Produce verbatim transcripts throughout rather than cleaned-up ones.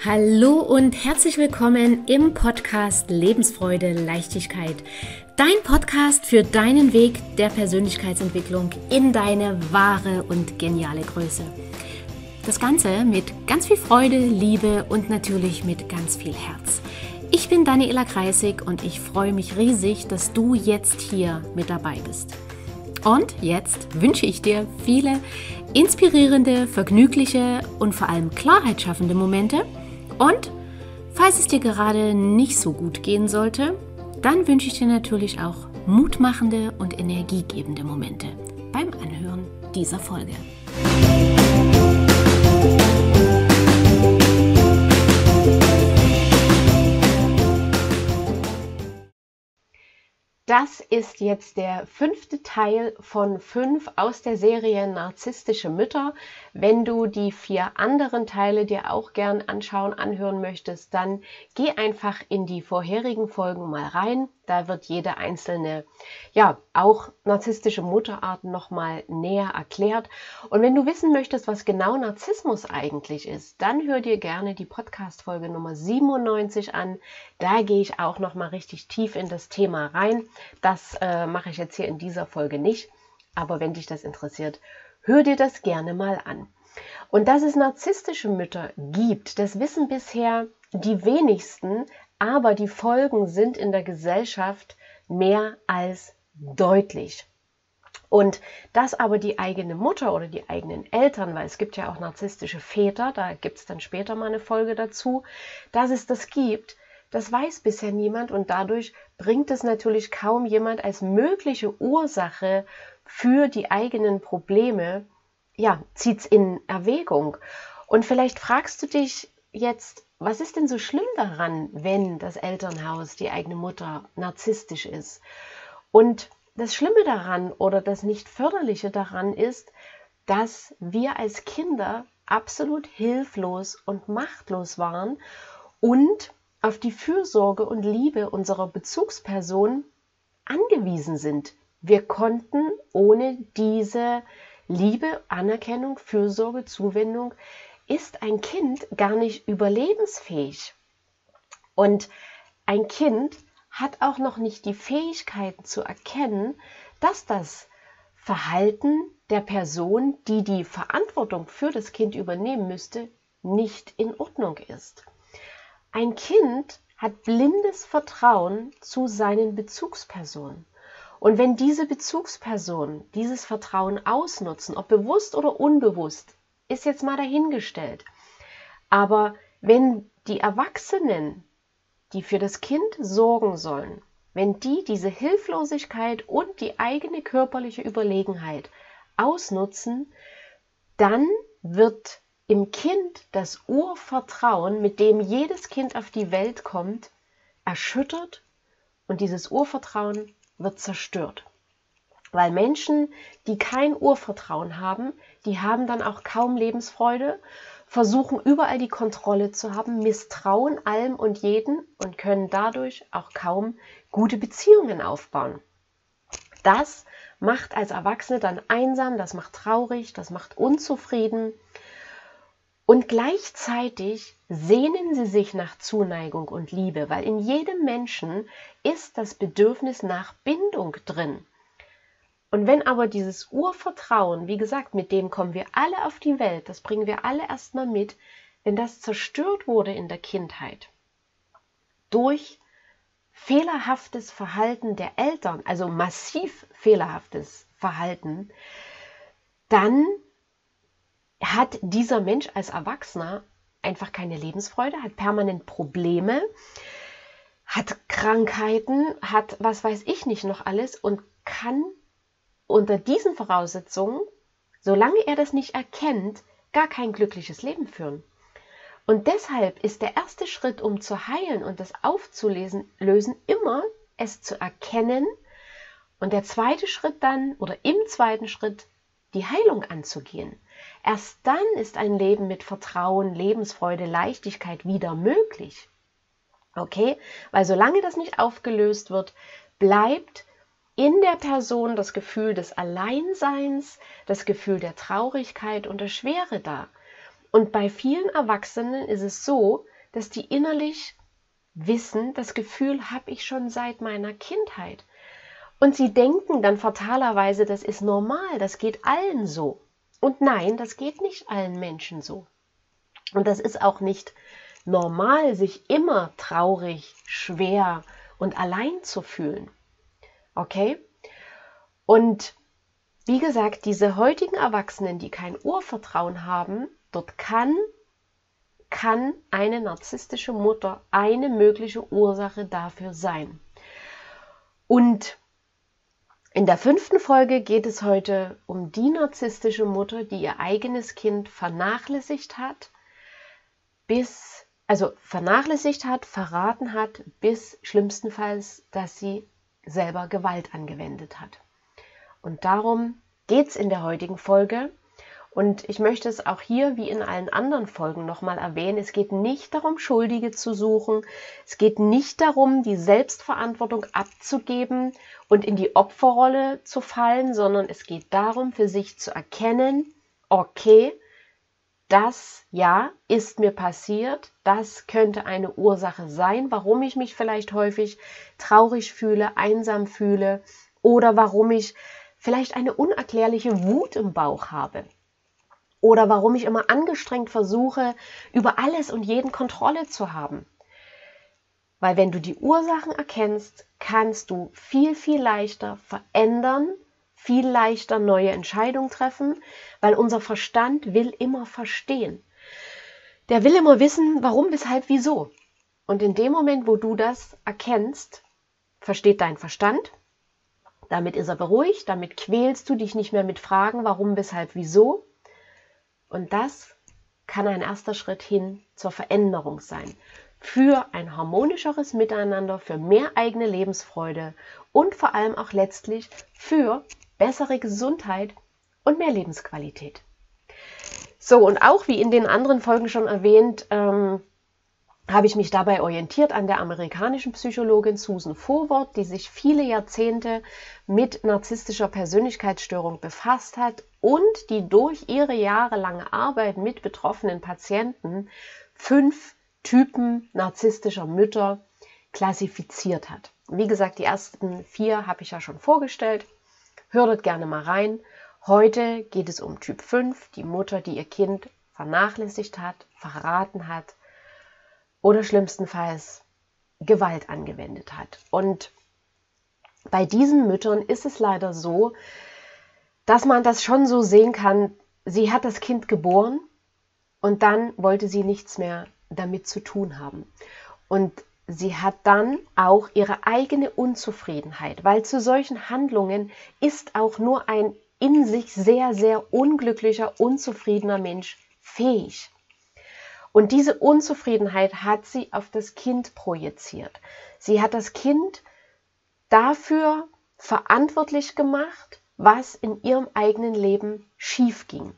Hallo und herzlich willkommen im Podcast Lebensfreude, Leichtigkeit. Dein Podcast für deinen Weg der Persönlichkeitsentwicklung in deine wahre und geniale Größe. Das Ganze mit ganz viel Freude, Liebe und natürlich mit ganz viel Herz. Ich bin Daniela Kreisig und ich freue mich riesig, dass du jetzt hier mit dabei bist. Und jetzt wünsche ich dir viele inspirierende, vergnügliche und vor allem klarheitsschaffende Momente. Und falls es dir gerade nicht so gut gehen sollte, dann wünsche ich dir natürlich auch mutmachende und energiegebende Momente beim Anhören dieser Folge. Das ist jetzt der fünfte Teil von fünf aus der Serie Narzisstische Mütter. Wenn du die vier anderen Teile dir auch gern anschauen, anhören möchtest, dann geh einfach in die vorherigen Folgen mal rein. Da wird jede einzelne, ja, auch narzisstische Mutterart nochmal näher erklärt. Und wenn du wissen möchtest, was genau Narzissmus eigentlich ist, dann hör dir gerne die Podcast-Folge Nummer siebenundneunzig an. Da gehe ich auch nochmal richtig tief in das Thema rein. Das äh, mache ich jetzt hier in dieser Folge nicht. Aber wenn dich das interessiert, hör dir das gerne mal an. Und dass es narzisstische Mütter gibt, das wissen bisher die wenigsten, aber die Folgen sind in der Gesellschaft mehr als deutlich. Und dass aber die eigene Mutter oder die eigenen Eltern, weil es gibt ja auch narzisstische Väter, da gibt es dann später mal eine Folge dazu, dass es das gibt, das weiß bisher niemand und dadurch bringt es natürlich kaum jemand als mögliche Ursache für die eigenen Probleme, ja, zieht es in Erwägung. Und vielleicht fragst du dich jetzt, was ist denn so schlimm daran, wenn das Elternhaus, die eigene Mutter, narzisstisch ist? Und das Schlimme daran oder das nicht Förderliche daran ist, dass wir als Kinder absolut hilflos und machtlos waren und auf die Fürsorge und Liebe unserer Bezugsperson angewiesen sind. Wir konnten ohne diese Liebe, Anerkennung, Fürsorge, Zuwendung, ist ein Kind gar nicht überlebensfähig. Und ein Kind hat auch noch nicht die Fähigkeiten zu erkennen, dass das Verhalten der Person, die die Verantwortung für das Kind übernehmen müsste, nicht in Ordnung ist. Ein Kind hat blindes Vertrauen zu seinen Bezugspersonen. Und wenn diese Bezugspersonen dieses Vertrauen ausnutzen, ob bewusst oder unbewusst, ist jetzt mal dahingestellt. Aber wenn die Erwachsenen, die für das Kind sorgen sollen, wenn die diese Hilflosigkeit und die eigene körperliche Überlegenheit ausnutzen, dann wird im Kind das Urvertrauen, mit dem jedes Kind auf die Welt kommt, erschüttert und dieses Urvertrauen wird zerstört. Weil Menschen, die kein Urvertrauen haben, die haben dann auch kaum Lebensfreude, versuchen überall die Kontrolle zu haben, misstrauen allem und jeden und können dadurch auch kaum gute Beziehungen aufbauen. Das macht als Erwachsene dann einsam, das macht traurig, das macht unzufrieden. Und gleichzeitig sehnen sie sich nach Zuneigung und Liebe, weil in jedem Menschen ist das Bedürfnis nach Bindung drin. Und wenn aber dieses Urvertrauen, wie gesagt, mit dem kommen wir alle auf die Welt, das bringen wir alle erstmal mit, wenn das zerstört wurde in der Kindheit durch fehlerhaftes Verhalten der Eltern, also massiv fehlerhaftes Verhalten, dann hat dieser Mensch als Erwachsener einfach keine Lebensfreude, hat permanent Probleme, hat Krankheiten, hat was weiß ich nicht noch alles und kann unter diesen Voraussetzungen, solange er das nicht erkennt, gar kein glückliches Leben führen. Und deshalb ist der erste Schritt, um zu heilen und das aufzulösen, lösen, immer es zu erkennen und der zweite Schritt dann oder im zweiten Schritt die Heilung anzugehen. Erst dann ist ein Leben mit Vertrauen, Lebensfreude, Leichtigkeit wieder möglich. Okay? Weil solange das nicht aufgelöst wird, bleibt in der Person das Gefühl des Alleinseins, das Gefühl der Traurigkeit und der Schwere da. Und bei vielen Erwachsenen ist es so, dass die innerlich wissen, das Gefühl habe ich schon seit meiner Kindheit. Und sie denken dann fatalerweise, das ist normal, das geht allen so. Und nein, das geht nicht allen Menschen so. Und das ist auch nicht normal, sich immer traurig, schwer und allein zu fühlen. Okay? Und wie gesagt, diese heutigen Erwachsenen, die kein Urvertrauen haben, dort kann, kann eine narzisstische Mutter eine mögliche Ursache dafür sein. Und in der fünften Folge geht es heute um die narzisstische Mutter, die ihr eigenes Kind vernachlässigt hat, bis, also vernachlässigt hat, verraten hat, bis schlimmstenfalls, dass sie selber Gewalt angewendet hat. Und darum geht es in der heutigen Folge. Und ich möchte es auch hier wie in allen anderen Folgen nochmal erwähnen. Es geht nicht darum, Schuldige zu suchen. Es geht nicht darum, die Selbstverantwortung abzugeben und in die Opferrolle zu fallen, sondern es geht darum, für sich zu erkennen, okay, das, ja, ist mir passiert. Das könnte eine Ursache sein, warum ich mich vielleicht häufig traurig fühle, einsam fühle oder warum ich vielleicht eine unerklärliche Wut im Bauch habe. Oder warum ich immer angestrengt versuche, über alles und jeden Kontrolle zu haben. Weil wenn du die Ursachen erkennst, kannst du viel, viel leichter verändern, viel leichter neue Entscheidungen treffen, weil unser Verstand will immer verstehen. Der will immer wissen, warum, weshalb, wieso. Und in dem Moment, wo du das erkennst, versteht dein Verstand. Damit ist er beruhigt, damit quälst du dich nicht mehr mit Fragen, warum, weshalb, wieso. Und das kann ein erster Schritt hin zur Veränderung sein. Für ein harmonischeres Miteinander, für mehr eigene Lebensfreude und vor allem auch letztlich für bessere Gesundheit und mehr Lebensqualität. So, und auch wie in den anderen Folgen schon erwähnt, ähm, habe ich mich dabei orientiert an der amerikanischen Psychologin Susan Forward, die sich viele Jahrzehnte mit narzisstischer Persönlichkeitsstörung befasst hat und die durch ihre jahrelange Arbeit mit betroffenen Patienten fünf Typen narzisstischer Mütter klassifiziert hat. Wie gesagt, die ersten vier habe ich ja schon vorgestellt. Hört dort gerne mal rein. Heute geht es um Typ fünf, die Mutter, die ihr Kind vernachlässigt hat, verraten hat, oder schlimmstenfalls Gewalt angewendet hat. Und bei diesen Müttern ist es leider so, dass man das schon so sehen kann, sie hat das Kind geboren und dann wollte sie nichts mehr damit zu tun haben. Und sie hat dann auch ihre eigene Unzufriedenheit, weil zu solchen Handlungen ist auch nur ein in sich sehr, sehr unglücklicher, unzufriedener Mensch fähig. Und diese Unzufriedenheit hat sie auf das Kind projiziert. Sie hat das Kind dafür verantwortlich gemacht, was in ihrem eigenen Leben schief ging.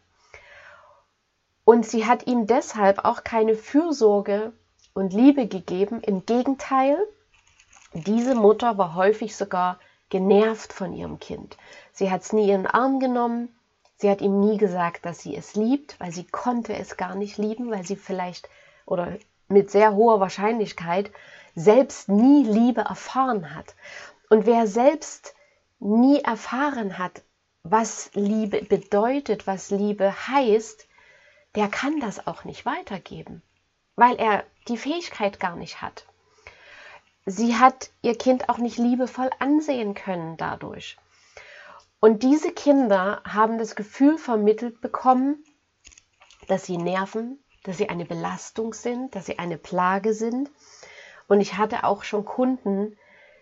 Und sie hat ihm deshalb auch keine Fürsorge und Liebe gegeben. Im Gegenteil, diese Mutter war häufig sogar genervt von ihrem Kind. Sie hat es nie in den Arm genommen. Sie hat ihm nie gesagt, dass sie es liebt, weil sie konnte es gar nicht lieben, weil sie vielleicht oder mit sehr hoher Wahrscheinlichkeit selbst nie Liebe erfahren hat. Und wer selbst nie erfahren hat, was Liebe bedeutet, was Liebe heißt, der kann das auch nicht weitergeben, weil er die Fähigkeit gar nicht hat. Sie hat ihr Kind auch nicht liebevoll ansehen können dadurch. Und diese Kinder haben das Gefühl vermittelt bekommen, dass sie nerven, dass sie eine Belastung sind, dass sie eine Plage sind. Und ich hatte auch schon Kunden,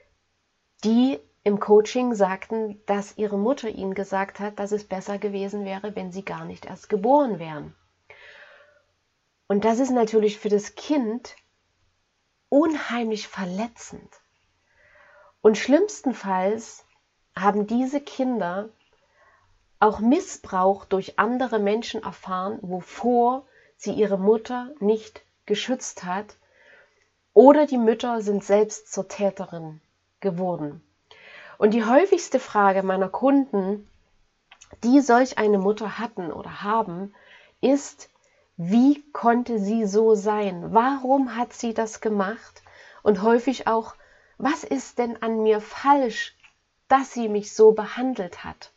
die im Coaching sagten, dass ihre Mutter ihnen gesagt hat, dass es besser gewesen wäre, wenn sie gar nicht erst geboren wären. Und das ist natürlich für das Kind unheimlich verletzend. Und schlimmstenfalls haben diese Kinder auch Missbrauch durch andere Menschen erfahren, wovor sie ihre Mutter nicht geschützt hat, oder die Mütter sind selbst zur Täterin geworden. Und die häufigste Frage meiner Kunden, die solch eine Mutter hatten oder haben, ist, wie konnte sie so sein? Warum hat sie das gemacht? Und häufig auch, was ist denn an mir falsch, dass sie mich so behandelt hat?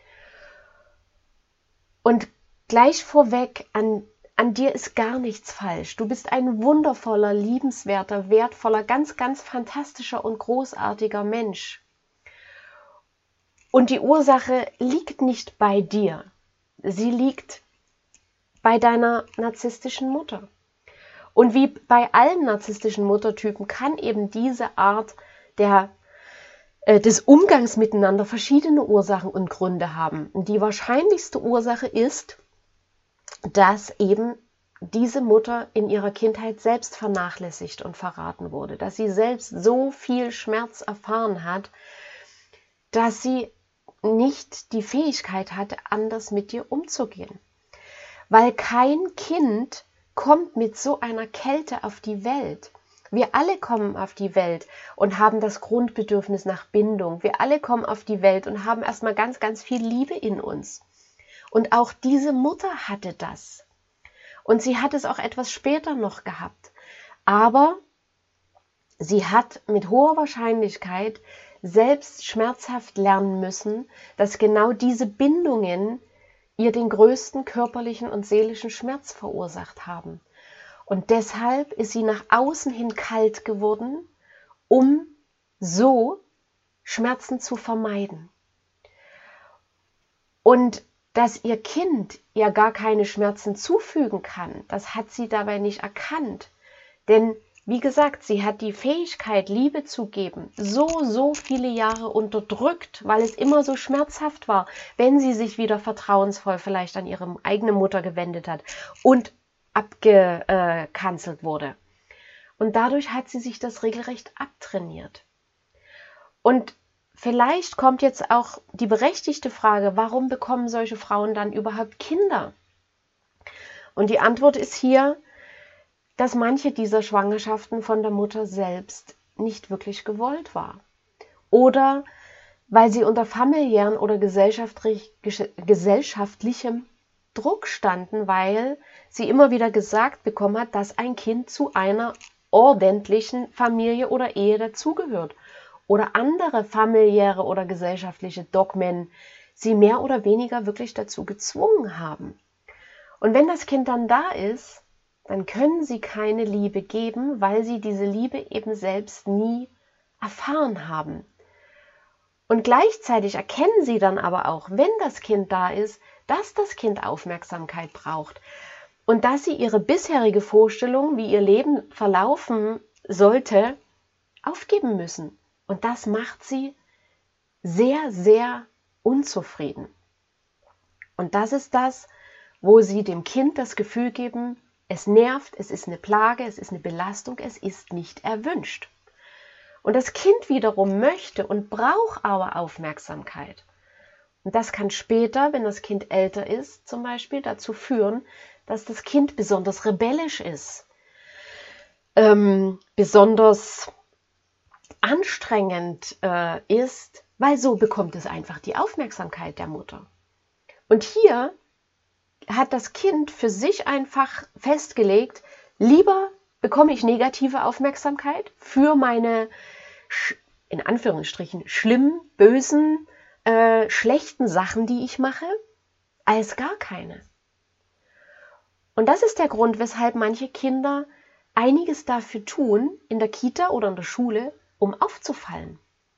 Und gleich vorweg, an, an dir ist gar nichts falsch. Du bist ein wundervoller, liebenswerter, wertvoller, ganz, ganz fantastischer und großartiger Mensch. Und die Ursache liegt nicht bei dir. Sie liegt bei deiner narzisstischen Mutter. Und wie bei allen narzisstischen Muttertypen kann eben diese Art der, äh, des Umgangs miteinander verschiedene Ursachen und Gründe haben. Und die wahrscheinlichste Ursache ist, dass eben diese Mutter in ihrer Kindheit selbst vernachlässigt und verraten wurde, dass sie selbst so viel Schmerz erfahren hat, dass sie nicht die Fähigkeit hatte, anders mit dir umzugehen. Weil kein Kind kommt mit so einer Kälte auf die Welt. Wir alle kommen auf die Welt und haben das Grundbedürfnis nach Bindung. Wir alle kommen auf die Welt und haben erstmal ganz, ganz viel Liebe in uns. Und auch diese Mutter hatte das. Und sie hat es auch etwas später noch gehabt. Aber sie hat mit hoher Wahrscheinlichkeit selbst schmerzhaft lernen müssen, dass genau diese Bindungen ihr den größten körperlichen und seelischen Schmerz verursacht haben. Und deshalb ist sie nach außen hin kalt geworden, um so Schmerzen zu vermeiden. Und dass ihr Kind ihr gar keine Schmerzen zufügen kann, das hat sie dabei nicht erkannt. Denn wie gesagt, sie hat die Fähigkeit, Liebe zu geben, so, so viele Jahre unterdrückt, weil es immer so schmerzhaft war, wenn sie sich wieder vertrauensvoll vielleicht an ihre eigene Mutter gewendet hat und abgekanzelt wurde. Und dadurch hat sie sich das regelrecht abtrainiert. Und vielleicht kommt jetzt auch die berechtigte Frage, warum bekommen solche Frauen dann überhaupt Kinder? Und die Antwort ist hier, dass manche dieser Schwangerschaften von der Mutter selbst nicht wirklich gewollt war. Oder weil sie unter familiären oder gesellschaftlich, gesellschaftlichem Druck standen, weil sie immer wieder gesagt bekommen hat, dass ein Kind zu einer ordentlichen Familie oder Ehe dazugehört. Oder andere familiäre oder gesellschaftliche Dogmen sie mehr oder weniger wirklich dazu gezwungen haben. Und wenn das Kind dann da ist, dann können sie keine Liebe geben, weil sie diese Liebe eben selbst nie erfahren haben. Und gleichzeitig erkennen sie dann aber auch, wenn das Kind da ist, dass das Kind Aufmerksamkeit braucht und dass sie ihre bisherige Vorstellung, wie ihr Leben verlaufen sollte, aufgeben müssen. Und das macht sie sehr, sehr unzufrieden. Und das ist das, wo sie dem Kind das Gefühl geben, es nervt, es ist eine Plage, es ist eine Belastung, es ist nicht erwünscht. Und das Kind wiederum möchte und braucht aber Aufmerksamkeit. Und das kann später, wenn das Kind älter ist, zum Beispiel dazu führen, dass das Kind besonders rebellisch ist, ähm, besonders anstrengend äh, ist, weil so bekommt es einfach die Aufmerksamkeit der Mutter. Und hier hat das Kind für sich einfach festgelegt, lieber bekomme ich negative Aufmerksamkeit für meine, in Anführungsstrichen, schlimmen, bösen, äh, schlechten Sachen, die ich mache, als gar keine. Und das ist der Grund, weshalb manche Kinder einiges dafür tun, in der Kita oder in der Schule, um aufzufallen.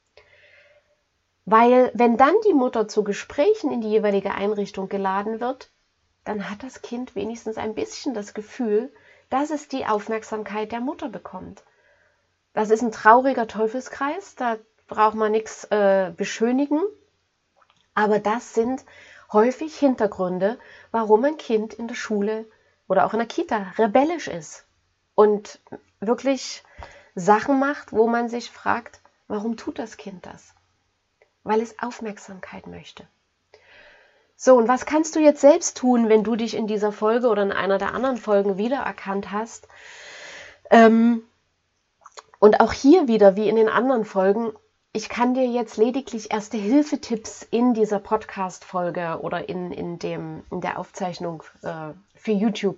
Weil wenn dann die Mutter zu Gesprächen in die jeweilige Einrichtung geladen wird, dann hat das Kind wenigstens ein bisschen das Gefühl, dass es die Aufmerksamkeit der Mutter bekommt. Das ist ein trauriger Teufelskreis, da braucht man nichts äh, beschönigen, aber das sind häufig Hintergründe, warum ein Kind in der Schule oder auch in der Kita rebellisch ist und wirklich Sachen macht, wo man sich fragt, warum tut das Kind das? Weil es Aufmerksamkeit möchte. So, und was kannst du jetzt selbst tun, wenn du dich in dieser Folge oder in einer der anderen Folgen wiedererkannt hast? Ähm, und auch hier wieder, wie in den anderen Folgen, ich kann dir jetzt lediglich Erste-Hilfe-Tipps in dieser Podcast-Folge oder in, in, dem, in der Aufzeichnung äh, für YouTube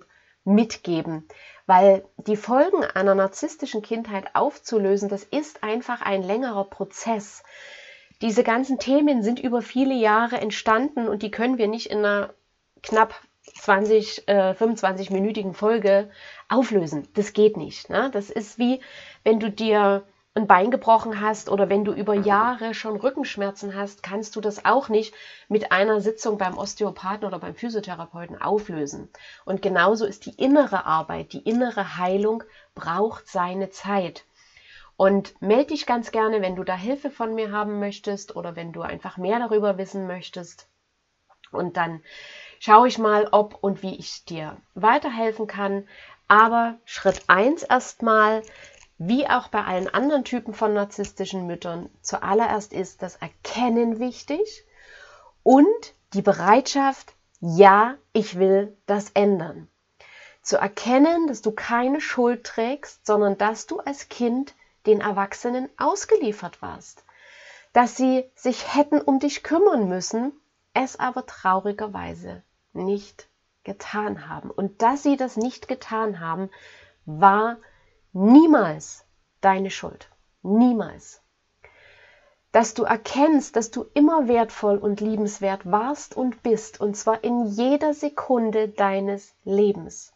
mitgeben, weil die Folgen einer narzisstischen Kindheit aufzulösen, das ist einfach ein längerer Prozess. Diese ganzen Themen sind über viele Jahre entstanden und die können wir nicht in einer knapp zwanzig, äh, fünfundzwanzig-minütigen Folge auflösen. Das geht nicht. Ne? Das ist wie, wenn du dir ein Bein gebrochen hast oder wenn du über Jahre schon Rückenschmerzen hast, kannst du das auch nicht mit einer Sitzung beim Osteopathen oder beim Physiotherapeuten auflösen. Und genauso ist die innere Arbeit, die innere Heilung braucht seine Zeit. Und melde dich ganz gerne, wenn du da Hilfe von mir haben möchtest oder wenn du einfach mehr darüber wissen möchtest. Und dann schaue ich mal, ob und wie ich dir weiterhelfen kann. Aber Schritt eins erstmal, wie auch bei allen anderen Typen von narzisstischen Müttern, zuallererst ist das Erkennen wichtig und die Bereitschaft, ja, ich will das ändern. Zu erkennen, dass du keine Schuld trägst, sondern dass du als Kind den Erwachsenen ausgeliefert warst. Dass sie sich hätten um dich kümmern müssen, es aber traurigerweise nicht getan haben. Und dass sie das nicht getan haben, war niemals deine Schuld. Niemals. Dass du erkennst, dass du immer wertvoll und liebenswert warst und bist, und zwar in jeder Sekunde deines Lebens.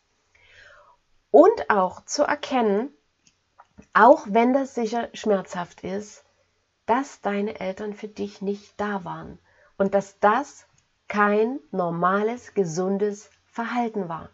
Und auch zu erkennen, auch wenn das sicher schmerzhaft ist, dass deine Eltern für dich nicht da waren und dass das kein normales, gesundes Verhalten war.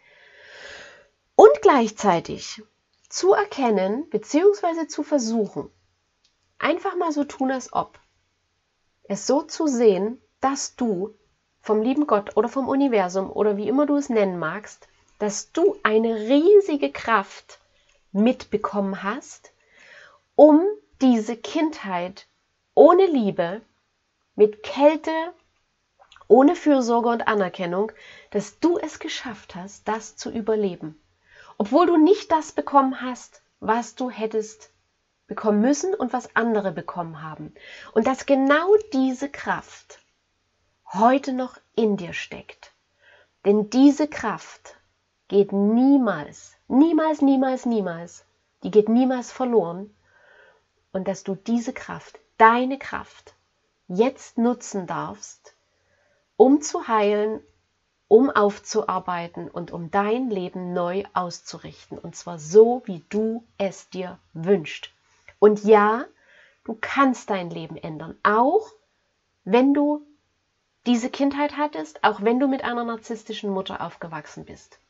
Und gleichzeitig zu erkennen bzw. zu versuchen, einfach mal so tun, als ob, es so zu sehen, dass du vom lieben Gott oder vom Universum oder wie immer du es nennen magst, dass du eine riesige Kraft mitbekommen hast, um diese Kindheit ohne Liebe, mit Kälte, ohne Fürsorge und Anerkennung, dass du es geschafft hast, das zu überleben. Obwohl du nicht das bekommen hast, was du hättest bekommen müssen und was andere bekommen haben. Und dass genau diese Kraft heute noch in dir steckt. Denn diese Kraft geht niemals, niemals, niemals, niemals, die geht niemals verloren. Und dass du diese Kraft, deine Kraft, jetzt nutzen darfst, um zu heilen, um aufzuarbeiten und um dein Leben neu auszurichten. Und zwar so, wie du es dir wünschst. Und ja, du kannst dein Leben ändern, auch wenn du diese Kindheit hattest, auch wenn du mit einer narzisstischen Mutter aufgewachsen bist.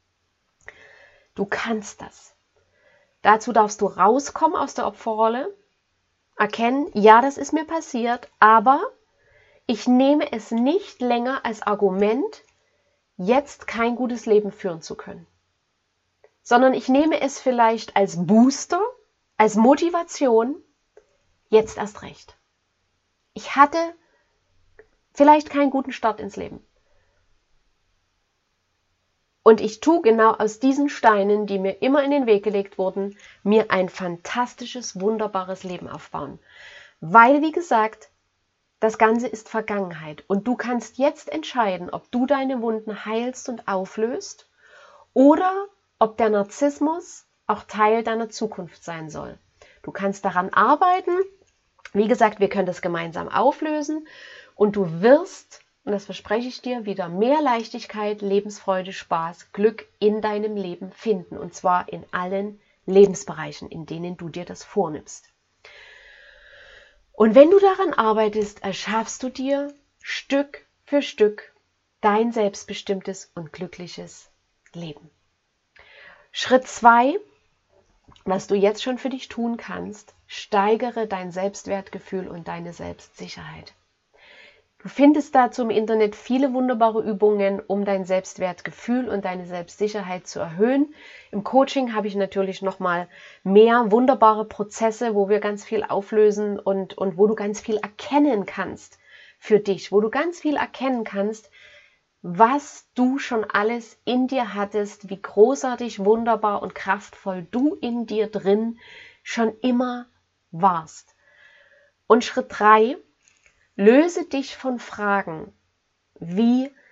Du kannst das. Dazu darfst du rauskommen aus der Opferrolle, erkennen, ja, das ist mir passiert, aber ich nehme es nicht länger als Argument, jetzt kein gutes Leben führen zu können. Sondern ich nehme es vielleicht als Booster, als Motivation, jetzt erst recht. Ich hatte vielleicht keinen guten Start ins Leben. Und ich tue genau aus diesen Steinen, die mir immer in den Weg gelegt wurden, mir ein fantastisches, wunderbares Leben aufbauen. Weil, wie gesagt, das Ganze ist Vergangenheit. Und du kannst jetzt entscheiden, ob du deine Wunden heilst und auflöst oder ob der Narzissmus auch Teil deiner Zukunft sein soll. Du kannst daran arbeiten. Wie gesagt, wir können das gemeinsam auflösen und du wirst, und das verspreche ich dir, wieder mehr Leichtigkeit, Lebensfreude, Spaß, Glück in deinem Leben finden. Und zwar in allen Lebensbereichen, in denen du dir das vornimmst. Und wenn du daran arbeitest, erschaffst du dir Stück für Stück dein selbstbestimmtes und glückliches Leben. Schritt zwei, was du jetzt schon für dich tun kannst, steigere dein Selbstwertgefühl und deine Selbstsicherheit. Du findest dazu im Internet viele wunderbare Übungen, um dein Selbstwertgefühl und deine Selbstsicherheit zu erhöhen. Im Coaching habe ich natürlich nochmal mehr wunderbare Prozesse, wo wir ganz viel auflösen und, und wo du ganz viel erkennen kannst für dich, wo du ganz viel erkennen kannst, was du schon alles in dir hattest, wie großartig, wunderbar und kraftvoll du in dir drin schon immer warst. Und Schritt drei, löse dich von Fragen wie,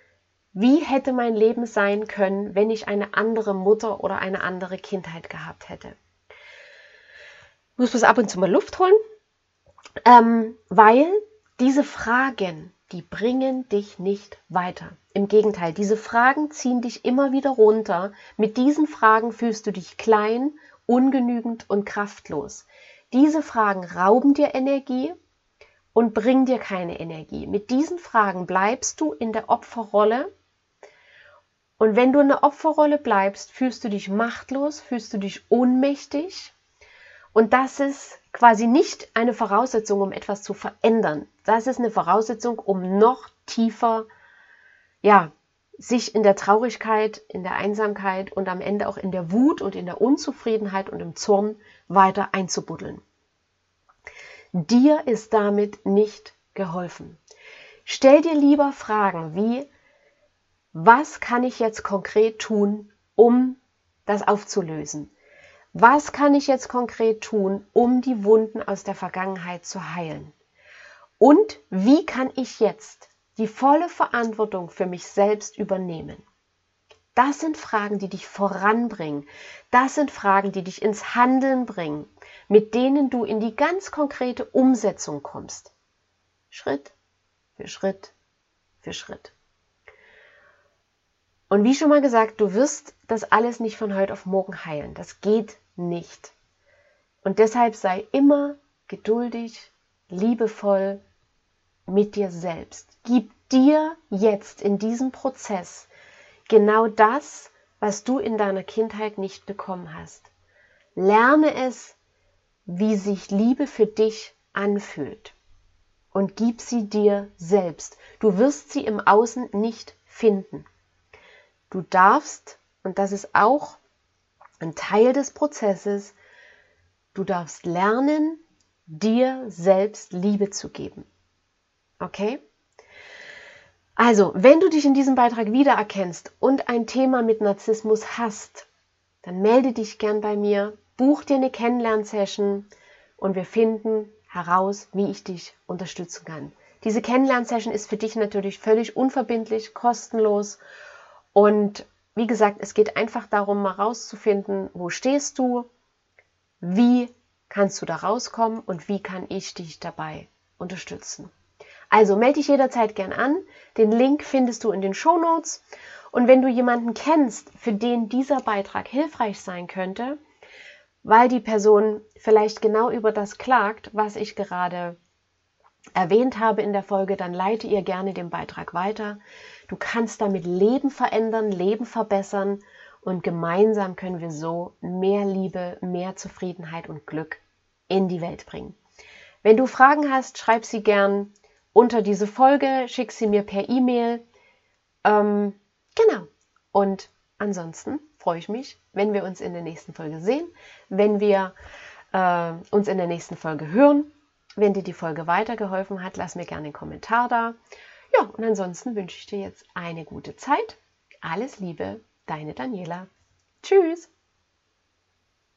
Wie hätte mein Leben sein können, wenn ich eine andere Mutter oder eine andere Kindheit gehabt hätte? Ich muss bloß ab und zu mal Luft holen, ähm, weil diese Fragen, die bringen dich nicht weiter. Im Gegenteil, diese Fragen ziehen dich immer wieder runter. Mit diesen Fragen fühlst du dich klein, ungenügend und kraftlos. Diese Fragen rauben dir Energie und bringen dir keine Energie. Mit diesen Fragen bleibst du in der Opferrolle. Und wenn du in der Opferrolle bleibst, fühlst du dich machtlos, fühlst du dich ohnmächtig. Und das ist quasi nicht eine Voraussetzung, um etwas zu verändern. Das ist eine Voraussetzung, um noch tiefer, ja, sich in der Traurigkeit, in der Einsamkeit und am Ende auch in der Wut und in der Unzufriedenheit und im Zorn weiter einzubuddeln. Dir ist damit nicht geholfen. Stell dir lieber Fragen wie: Was kann ich jetzt konkret tun, um das aufzulösen? Was kann ich jetzt konkret tun, um die Wunden aus der Vergangenheit zu heilen? Und wie kann ich jetzt die volle Verantwortung für mich selbst übernehmen? Das sind Fragen, die dich voranbringen. Das sind Fragen, die dich ins Handeln bringen, mit denen du in die ganz konkrete Umsetzung kommst. Schritt für Schritt für Schritt. Und wie schon mal gesagt, du wirst das alles nicht von heute auf morgen heilen. Das geht nicht. Und deshalb sei immer geduldig, liebevoll mit dir selbst. Gib dir jetzt in diesem Prozess genau das, was du in deiner Kindheit nicht bekommen hast. Lerne es, wie sich Liebe für dich anfühlt. Und gib sie dir selbst. Du wirst sie im Außen nicht finden. Du darfst, und das ist auch ein Teil des Prozesses, du darfst lernen, dir selbst Liebe zu geben. Okay? Also, wenn du dich in diesem Beitrag wiedererkennst und ein Thema mit Narzissmus hast, dann melde dich gern bei mir, buch dir eine Kennenlernsession und wir finden heraus, wie ich dich unterstützen kann. Diese Kennenlernsession ist für dich natürlich völlig unverbindlich, kostenlos und wie gesagt, es geht einfach darum, mal rauszufinden, wo stehst du, wie kannst du da rauskommen und wie kann ich dich dabei unterstützen. Also melde dich jederzeit gern an, den Link findest du in den Shownotes und wenn du jemanden kennst, für den dieser Beitrag hilfreich sein könnte, weil die Person vielleicht genau über das klagt, was ich gerade erwähnt habe in der Folge, dann leite ihr gerne den Beitrag weiter. Du kannst damit Leben verändern, Leben verbessern und gemeinsam können wir so mehr Liebe, mehr Zufriedenheit und Glück in die Welt bringen. Wenn du Fragen hast, schreib sie gern unter diese Folge, schick sie mir per E-Mail. Ähm, genau. Und ansonsten freue ich mich, wenn wir uns in der nächsten Folge sehen, wenn wir äh, uns in der nächsten Folge hören. Wenn dir die Folge weitergeholfen hat, lass mir gerne einen Kommentar da. Ja, und ansonsten wünsche ich dir jetzt eine gute Zeit. Alles Liebe, deine Daniela. Tschüss!